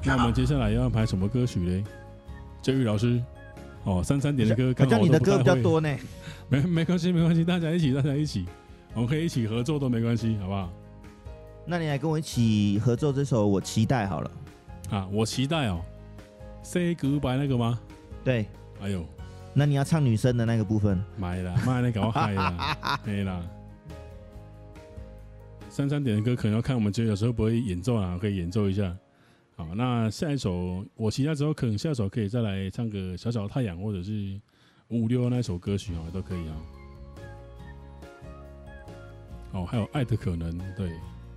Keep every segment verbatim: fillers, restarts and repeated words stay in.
那我们接下来要安排什么歌曲嘞？哲宇老师，哦，三三点的歌， 好像你的歌比较多呢。 没没关系，没关系，大家一起，大家一起，我们可以一起合作都没关系，好不好？ 那你来跟我一起合奏这首《我期待》好了。 啊，我期待哦 ，Say Goodbye 那个吗？ 对。 哎呦， 那你要唱女生的那个部分。 买啦，妈那搞我害啦，没啦。三三点的歌可能要看我们有时候不会演奏啦，可以演奏一下。好，那下一首我期待之后，可能下一首可以再来唱个小小的太阳，或者是五五六那首歌曲哦，都可以啊。哦，还有爱的可能，对。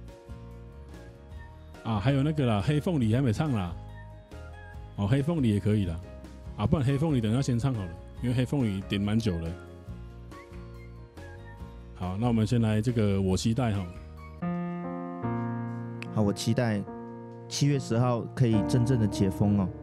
啊，还有那个啦，黑凤梨还没唱啦。哦，黑凤梨也可以啦。啊，不然黑凤梨等一下先唱好了，因为黑凤梨点蛮久了。好，那我们先来这个我期待哈。 好，我期待七月十号可以真正的解封哦。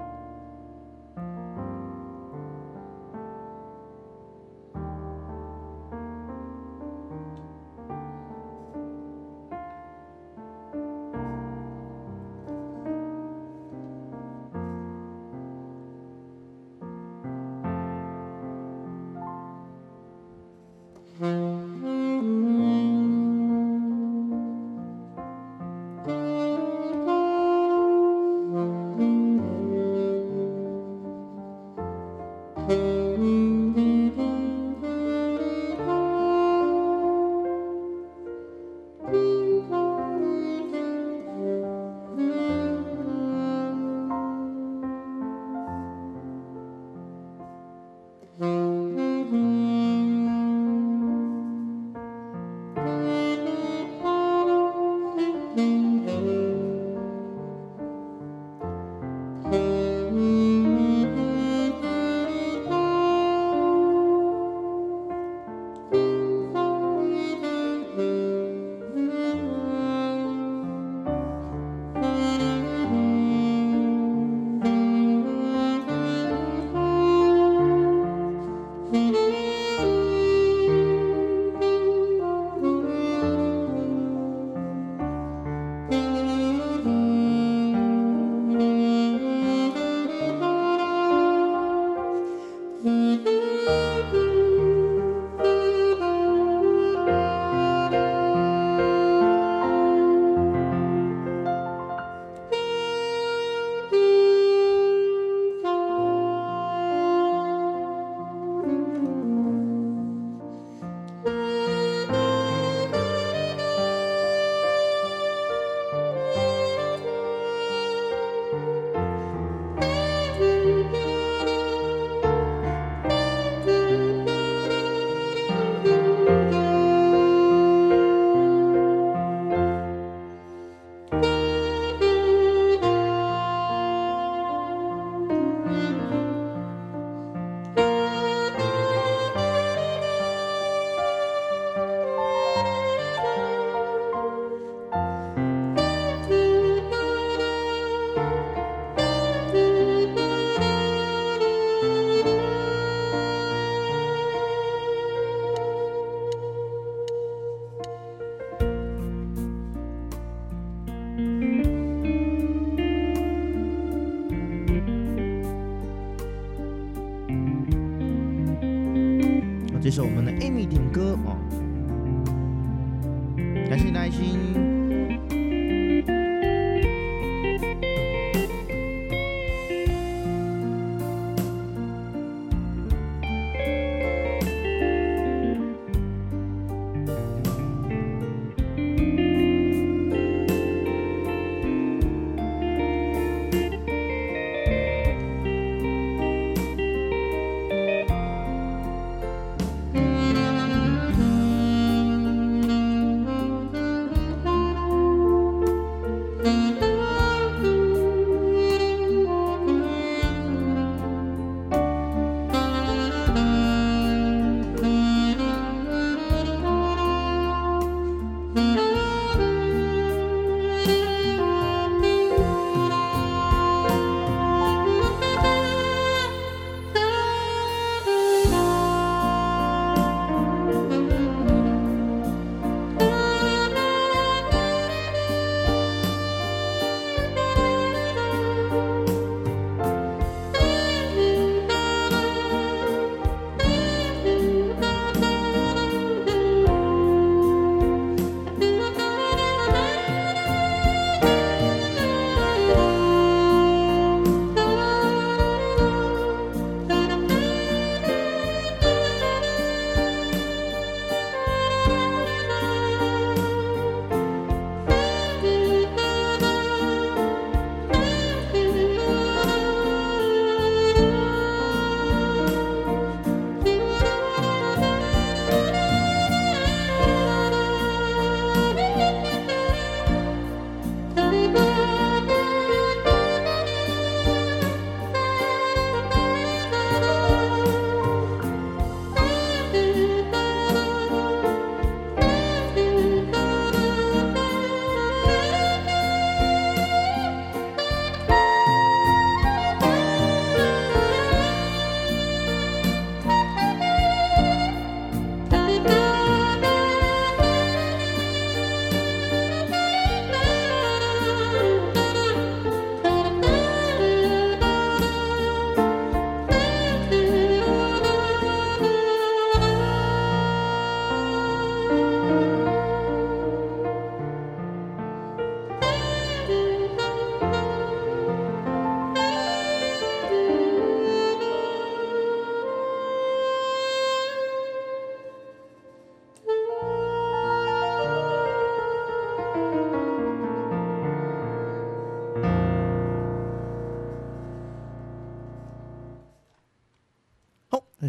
这是我们的 Amy 点歌哦，感谢耐心。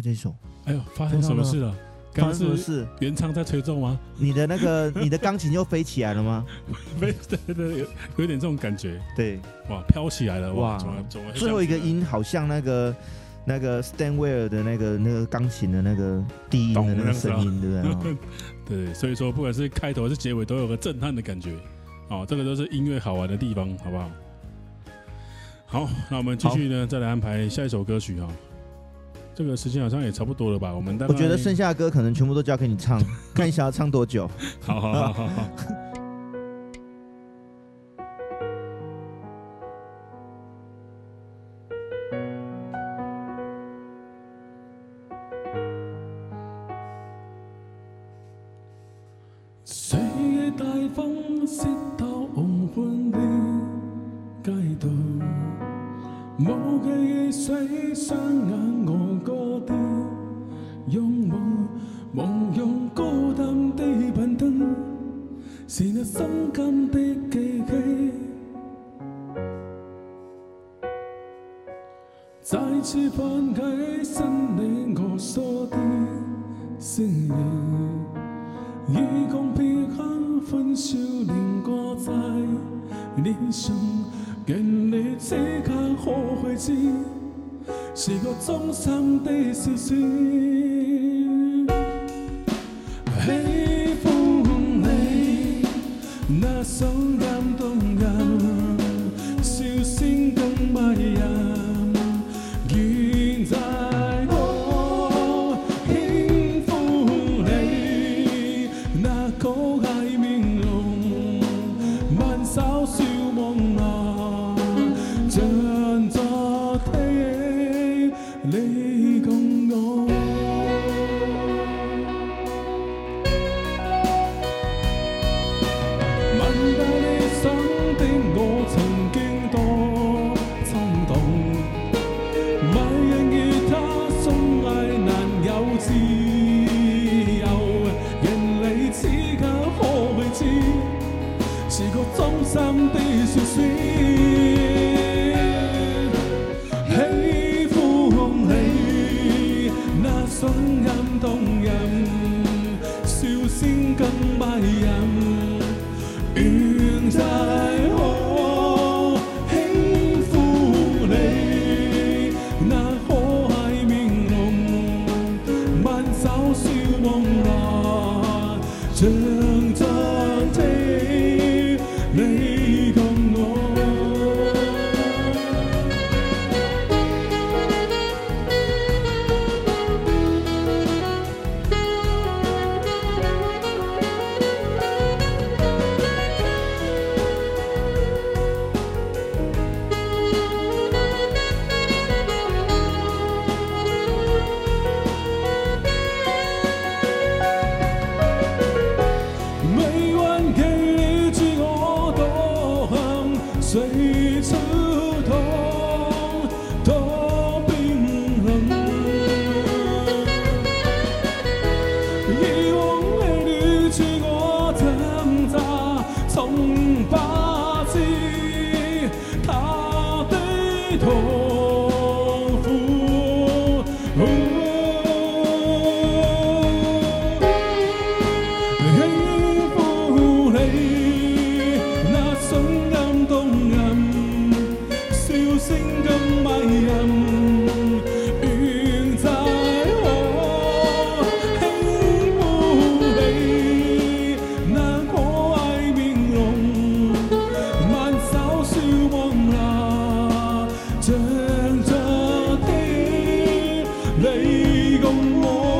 在这首。 哎呦，发生什么事了？刚刚是原唱在吹奏吗？ 你的那个你的钢琴又飞起来了吗？ 飞，对对对，有有点这种感觉。 对， 哇，飘起来了哇！ 最后一个音好像那个那个 Stan Weir 的那个那个钢琴的那个低音的那个声音，对不对？ 对，所以说不管是开头还是结尾，都有个震撼的感觉。哦，这个都是音乐好玩的地方，好不好？好，那我们继续呢，再来安排下一首歌曲哈。这个时间好像也差不多了吧？我们大概我觉得剩下的歌可能全部都交给你唱，看你想要唱多久。 好好好好好。谁嘅大风湿透黄昏的街道，冇嘅夜水雙眼我歌的擁抱，夢用孤單的板凳，是那心甘的記憶。再次翻開新你我說的聲音，一共片刻歡笑連掛在臉上。願你此刻可會知，是個衷心的笑聲。喜歡你那雙感動人，笑聲更迷人。現在我輕撫你那可愛面容，慢手笑夢啊。像昨天你共我，問大你想的我曾經多衝動，迷人與他相愛難有自由，願你此刻可會知，是個衷心的笑聲。雙眼動人，笑聲更迷人。願在我輕撫你那可愛面容，慢手笑夢來，像昨天你共我。随触痛，多冰冷。以往的旅途我掙扎，從不知他的痛苦。輕撫你那雙眼動人。笑聲更迷人，願在我輕撫你那可愛面容，慢手笑夢來，像昨天你共我。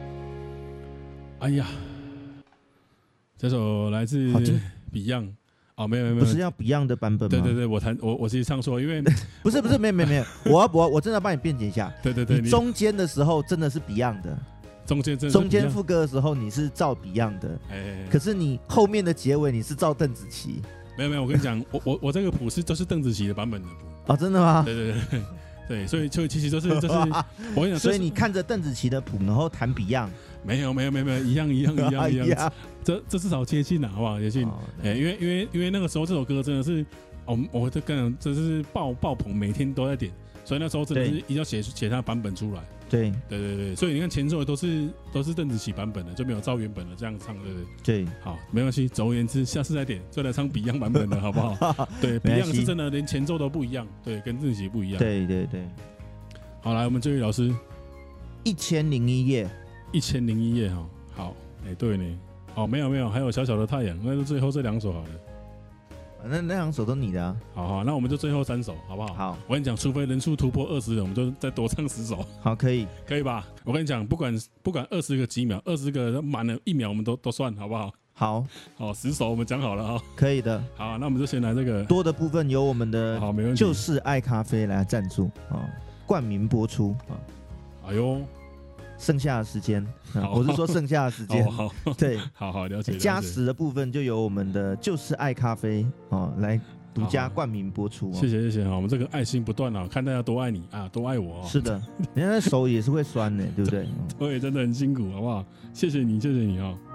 哎呀，这首来自 Beyond 哦，没有没有， 不是要 Beyond 的版本吗？ 对对对，我弹我我其实唱错，因为不是不是没有没有没有，我要我我真的要帮你辩解一下。 对对对， 你中间的时候真的是 Beyond 的， 中间真的中间副歌的时候你是照 Beyond 的，哎，可是你后面的结尾你是照邓紫棋。 没有没有，我跟你讲，我我我这个谱是都是邓紫棋的版本的谱。 哦，真的吗？ 对对对对，所以就其实就是就是我跟你讲， 所以你看着邓紫棋的谱，然后弹 Beyond。 没有没有没有没有，一样一样一样一样，这这至少接近了，好不好？接近，哎，因为因为因为那个时候这首歌真的是，我我这跟真是爆爆棚，每天都在点，所以那时候真的是一定要写写他版本出来。 对对对对，所以你看前奏都是都是邓紫棋版本的，就没有照原本的这样唱，对不对？ 对， 好，没关系。总而言之，下次再点，再来唱 Beyond 版本的，好不好？对 ，Beyond 是真的连前奏都不一样，对，跟邓紫棋不一样。 对对对， 好，来，我们这位老师， 一千零一夜， 一千零一夜哈。好，哎、欸，对呢，哦，没有没有，还有小小的太阳，那就最后这两首好了。 那那两首都你的啊。 好好，那我们就最后三首，好不好？好，我跟你讲，除非人数突破二十人，我们就再多唱十首。 好，可以， 可以吧？我跟你讲，不管不管二十个几秒，二十个满了一秒，我们都都算，好不好？ 好， 好，十首我们讲好了啊。 可以的。 好，那我们就先来这个多的部分由我们的好，没问题， 就是爱咖啡来赞助啊，冠名播出啊。 哎呦。 剩下的时间、啊，我是说剩下的时间， 好，好对， 好好了解。 加时的部分就由我们的就是爱咖啡哦来独家冠名播出、哦。 谢谢谢谢哈，我们这个爱心不断啊，看大家多爱你啊，多爱我、哦。 是的，人家手也是会酸的，对不对？ 对，真的很辛苦，好不好？谢谢你，谢谢你啊、哦。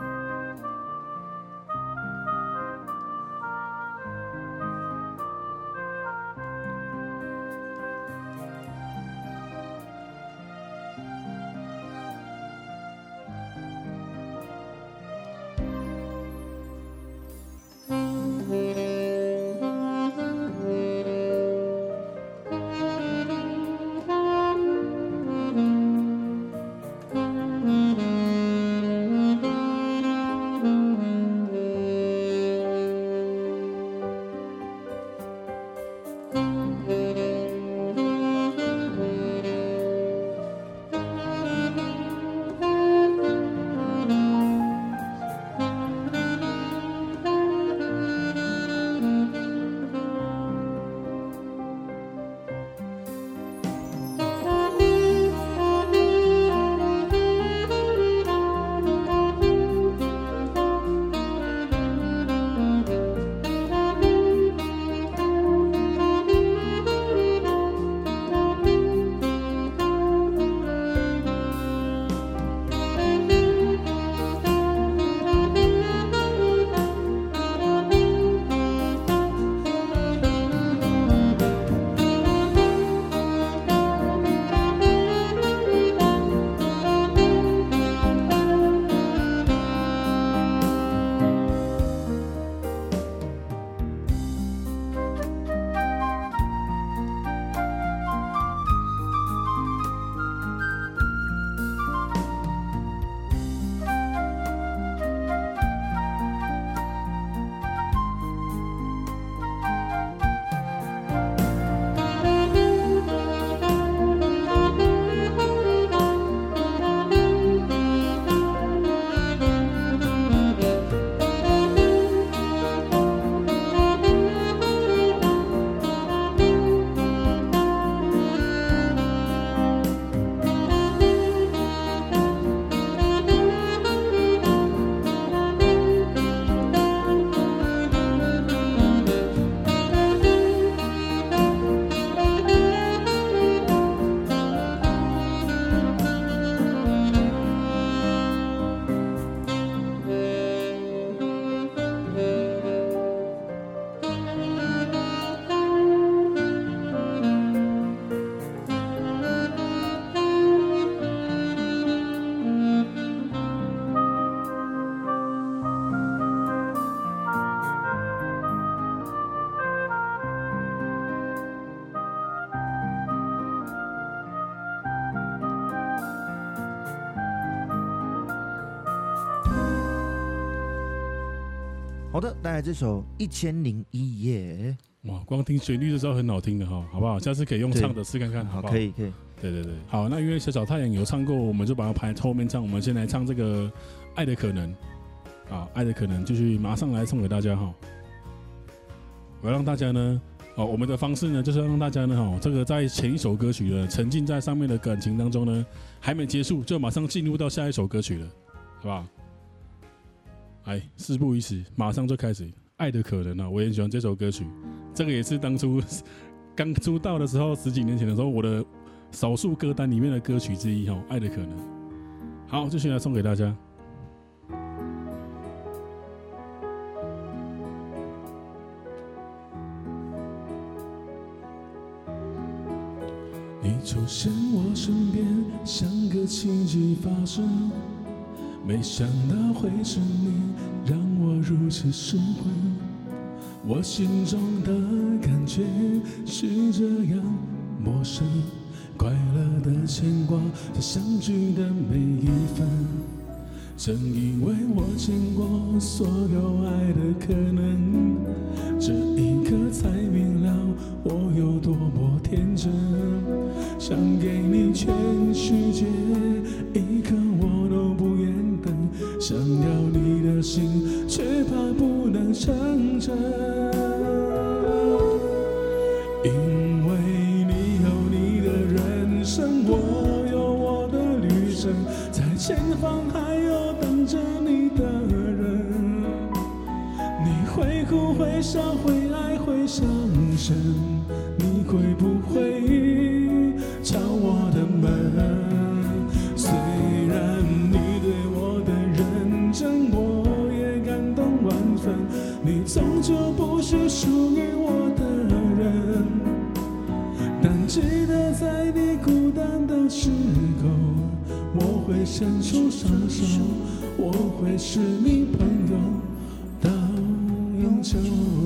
好的，带来这首《一千零一夜》。 哇，光听旋律就知道很好听的哈，好不好？下次可以用唱的试看看，好不好？ 可以，可以。 对对对，好，那因为小小太阳有唱过，我们就把它排后面唱。我们先来唱这个《爱的可能》啊，《爱的可能》继续马上来送给大家哈。 我要让大家呢，哦，我们的方式呢，就是要让大家呢，哦，这个在前一首歌曲呢，沉浸在上面的感情当中呢，还没结束，就马上进入到下一首歌曲了，好不好？哎，事不宜迟，马上就开始。爱的可能啊，我也很喜欢这首歌曲，这个也是当初刚出道的时候，十几年前的时候，我的少数歌单里面的歌曲之一哈，《爱的可能》。好，就先来送给大家。你出现我身边，像个奇迹发生。没想到会是你，让我如此失魂。我心中的感觉是这样陌生，快乐的牵挂在相聚的每一分。正因为我见过所有爱的可能，这一刻才明了我有多么天真。想给你全世界，一刻我都不愿等，想要你的心，却怕不能成真。因为你有你的人生，我有我的旅程，在前方还有等着你的人。你会哭会笑会爱会伤神，你会不会敲我的门？虽然你对我的认真我也感动万分，你终究不是属于我的人。但记得在你孤单的时候，我会伸出双手，我会是你朋友到永久。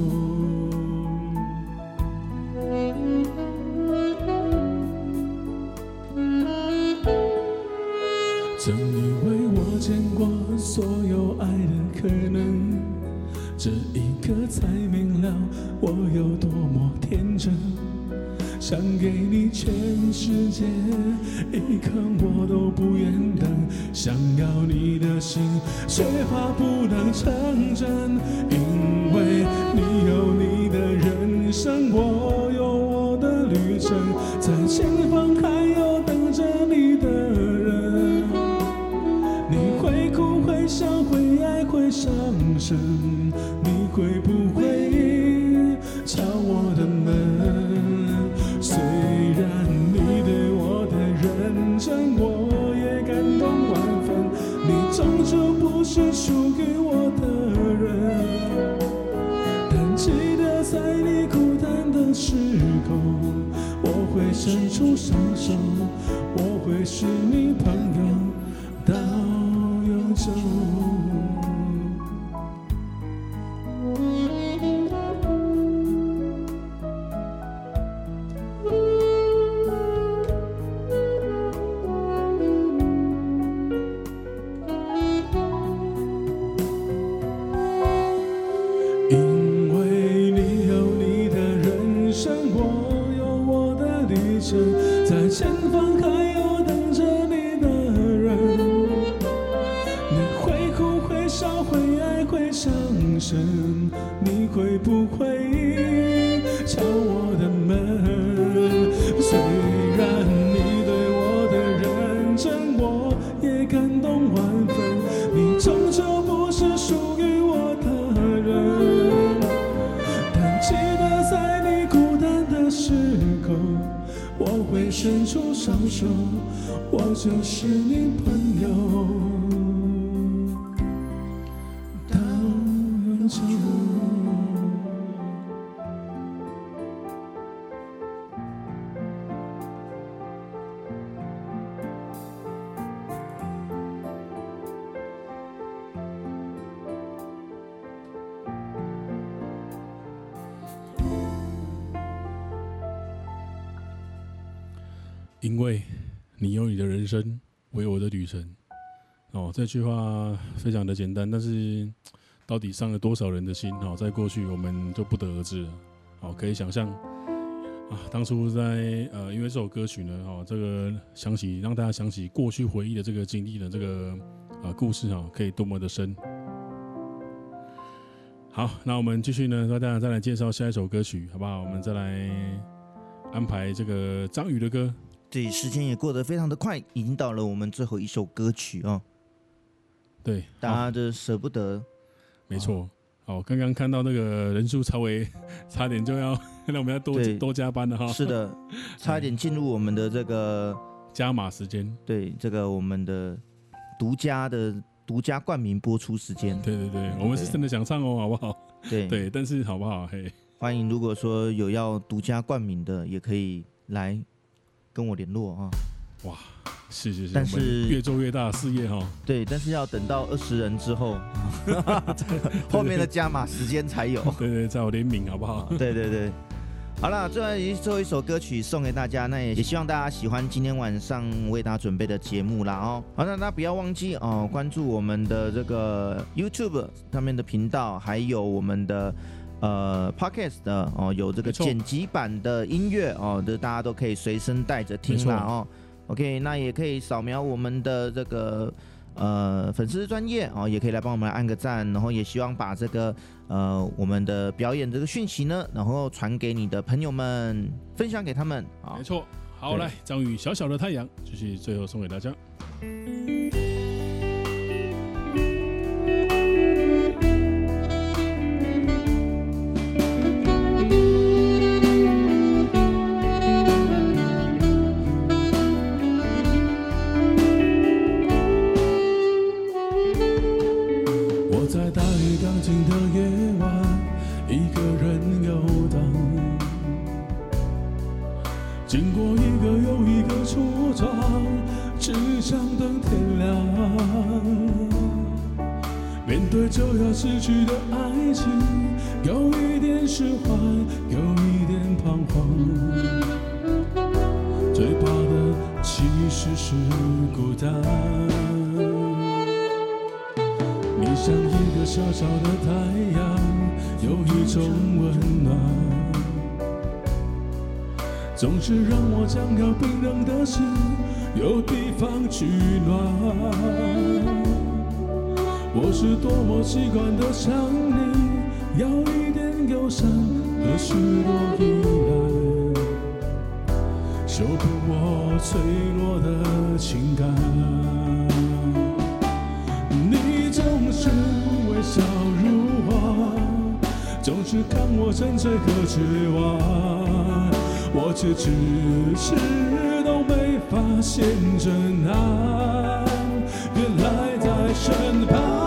正因为我见过所有爱的可能，这一刻才明了我有多么天真。想给你全世界，一刻我都不愿等，想要你的心，却怕不能成真。因为你有你的人生，我有我的旅程，在前方还有等着你的人。你会哭会笑会爱会伤神，你会不会敲我的门？虽然你对我的认真我也感动万分，你终究不是属于我的人。但记得在你孤单的时候，我会伸出双手，我会是你朋友到永久。因为你有你的人生，我有我的旅程，在前方还有等着你的人。你会哭会笑会爱会伤神，你会不会敲我的门？虽然你对我的认真我也感动万分，你终究不是属于我的人。记得在你孤单的时候，我会伸出双手，我就是你朋友到永久。因为你有你的人生，我有我的旅程。哦，这句话非常的简单，但是到底伤了多少人的心？哦，在过去我们就不得而知了。哦，可以想象啊，当初在呃，因为这首歌曲呢，哦，这个想起让大家想起过去回忆的这个经历的这个呃故事啊，可以多么的深。 好，那我们继续呢，大家再来介绍下一首歌曲，好不好？我们再来安排这个张宇的歌。 对，时间也过得非常的快，已经到了我们最后一首歌曲哦。 对， 大家就舍不得。 没错。好，刚刚看到那个人数稍微差点就要让我们要多多加班了哈。 是的，差一点进入我们的这个加码时间。 对，这个我们的独家的。独家冠名播出时间， 对对对，我们是真的想唱哦，好不好？ 对对，但是好不好？嘿， 欢迎，如果说有要独家冠名的，也可以来跟我联络啊。 哇，是是是， 但是越做越大事业哈。 对，但是要等到二十人之后，后面的加码时间才有。 对对，才有联名，好不好？ 对对对。好了，最后一最后一首歌曲送给大家，那也也希望大家喜欢今天晚上为大家准备的节目啦哦。好，那大家不要忘记哦，关注我们的这个 YouTube 上面的频道，还有我们的呃 Podcast 的哦，有这个剪辑版的音乐哦，这大家都可以随身带着听啦哦。OK， 那也可以扫描我们的这个。呃，粉丝专页哦，也可以来帮我们按个赞，然后也希望把这个呃我们的表演这个讯息呢，然后传给你的朋友们，分享给他们。 没错，好，来张宇小小的太阳，就是最后送给大家。经过一个又一个挫折，只想等天亮。面对就要失去的爱情，有一点释怀，有一点彷徨。最怕的其实是孤单。你像一个小小的太阳，有一种温暖。总是让我将要冰冷的心有地方取暖。我是多么习惯的想你，要一点忧伤和许多依赖，修补我脆弱的情感。你总是微笑如花，总是看我沉醉和绝望，我却迟迟都没发现真爱原来在身旁。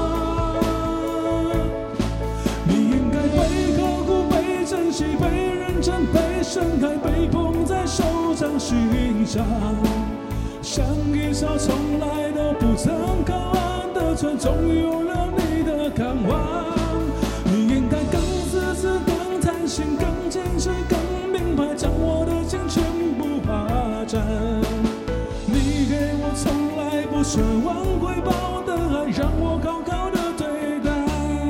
你应该被呵护、被珍惜、被认真、被深爱、被捧在手掌心上，像一艘从来都不曾靠岸的船，终于有了你的看望。你应该更自私、更贪心、更坚持、更将我的心全部霸占，你给我从来不奢望回报的爱，让我好好的对待。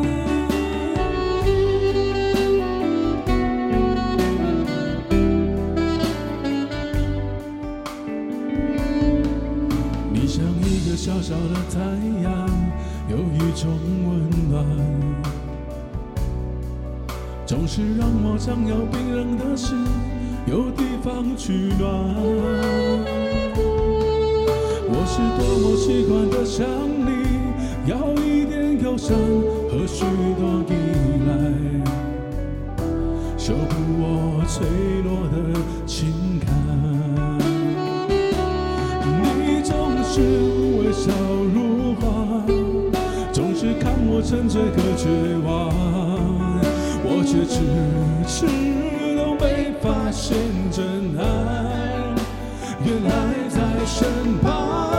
你像一个小小的太阳，有一种温暖，总是让我将要冰冷的心有地方取暖。我是多么习惯的想你，要一点忧伤和许多依赖，修补我脆弱的情感。你总是微笑如花，总是看我沉醉和绝望，我却迟迟都没发现真爱原来在身旁。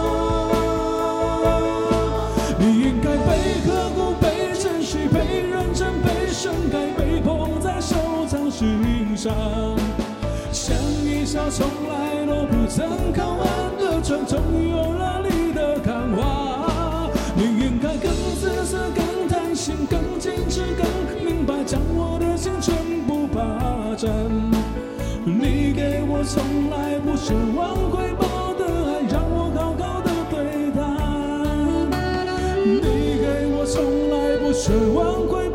你应该被呵护、被珍惜、被认真、被深爱、被捧在手掌心上，像一艘从来都不曾靠岸的船，终于有了你的看望。你应该更自私、更贪心、更坚持、更明白，将我的心全部霸占。你给我从来不奢望回报的爱，让我好好的对待。你给我从来不奢望回报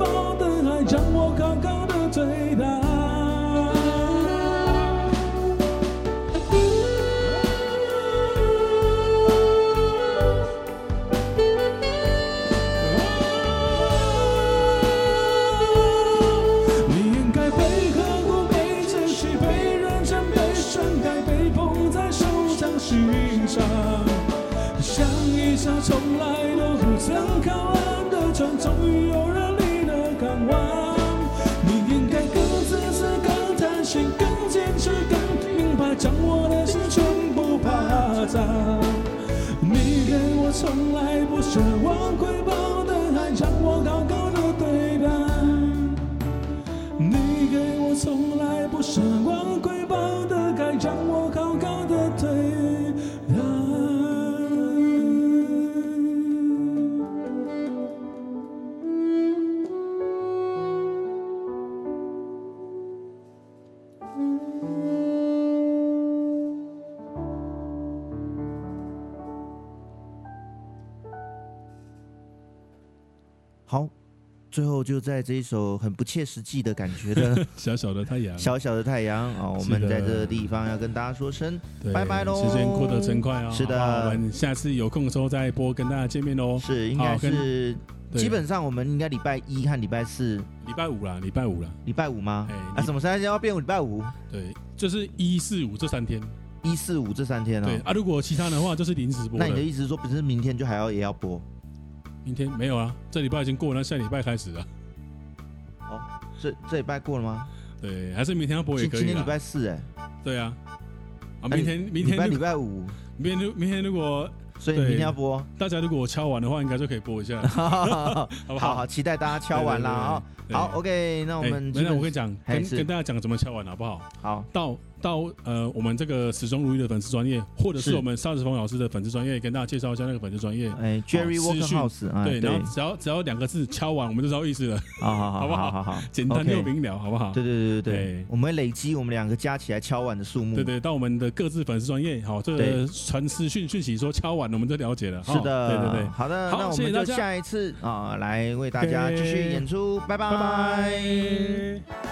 从来都不曾靠岸的船，终于有人离了港湾。你应该更自私、更贪心、更坚持、更明白，将我的心全部霸占。你给我从来不奢望回报的爱，将我高高的对待。你给我从来不奢望回报的爱，将我高高的对待。 好，最后就在这一首很不切实际的感觉的小小的太阳， 小小的太阳哦，我们在这个地方要跟大家说声拜拜喽！ 时间过得真快哦。 是的， 我们下次有空的时候再播跟大家见面喽。 是，应该是基本上我们应该礼拜一和礼拜四、 礼拜五啦，礼拜五啦， 礼拜五吗？ 哎， 啊，什么时间要变礼拜五？ 对，就是一四五这三天。 一四五这三天哦。 对啊，如果其他的话就是临时播。 那你的意思是说，不是明天就还要也要播？ 明天没有啊，这礼拜已经过了，那下礼拜开始了。 哦，这这礼拜过了吗？ 对，还是明天要播也可以。 今天礼拜四哎。 对啊，啊，明天明天礼拜礼拜五， 明天明天如果。 所以明天要播， 大家如果我敲完的话，应该就可以播一下，好不好？ 好，期待大家敲完啦啊！好 ，OK， 那我们那我跟你讲，跟跟大家讲怎么敲完好不好？ 好， 到到呃，我们这个始终如一的粉丝专业，或者是我们邵志峰老师的粉丝专业，跟大家介绍一下那个粉丝专业。 哎 ，Jerry Walker House， 对，然后只要只要两个字敲完，我们就知道意思了。 好好好， 好不好？ 好好， 简单又明了，好不好？ 对对对对对，我们会累积我们两个加起来敲完的数目。 对对，到我们的各自粉丝专业，好，这个传私讯讯息说敲完，我们就了解了。 是的， 对对对， 好的，那我们就下一次啊，来为大家继续演出，拜拜。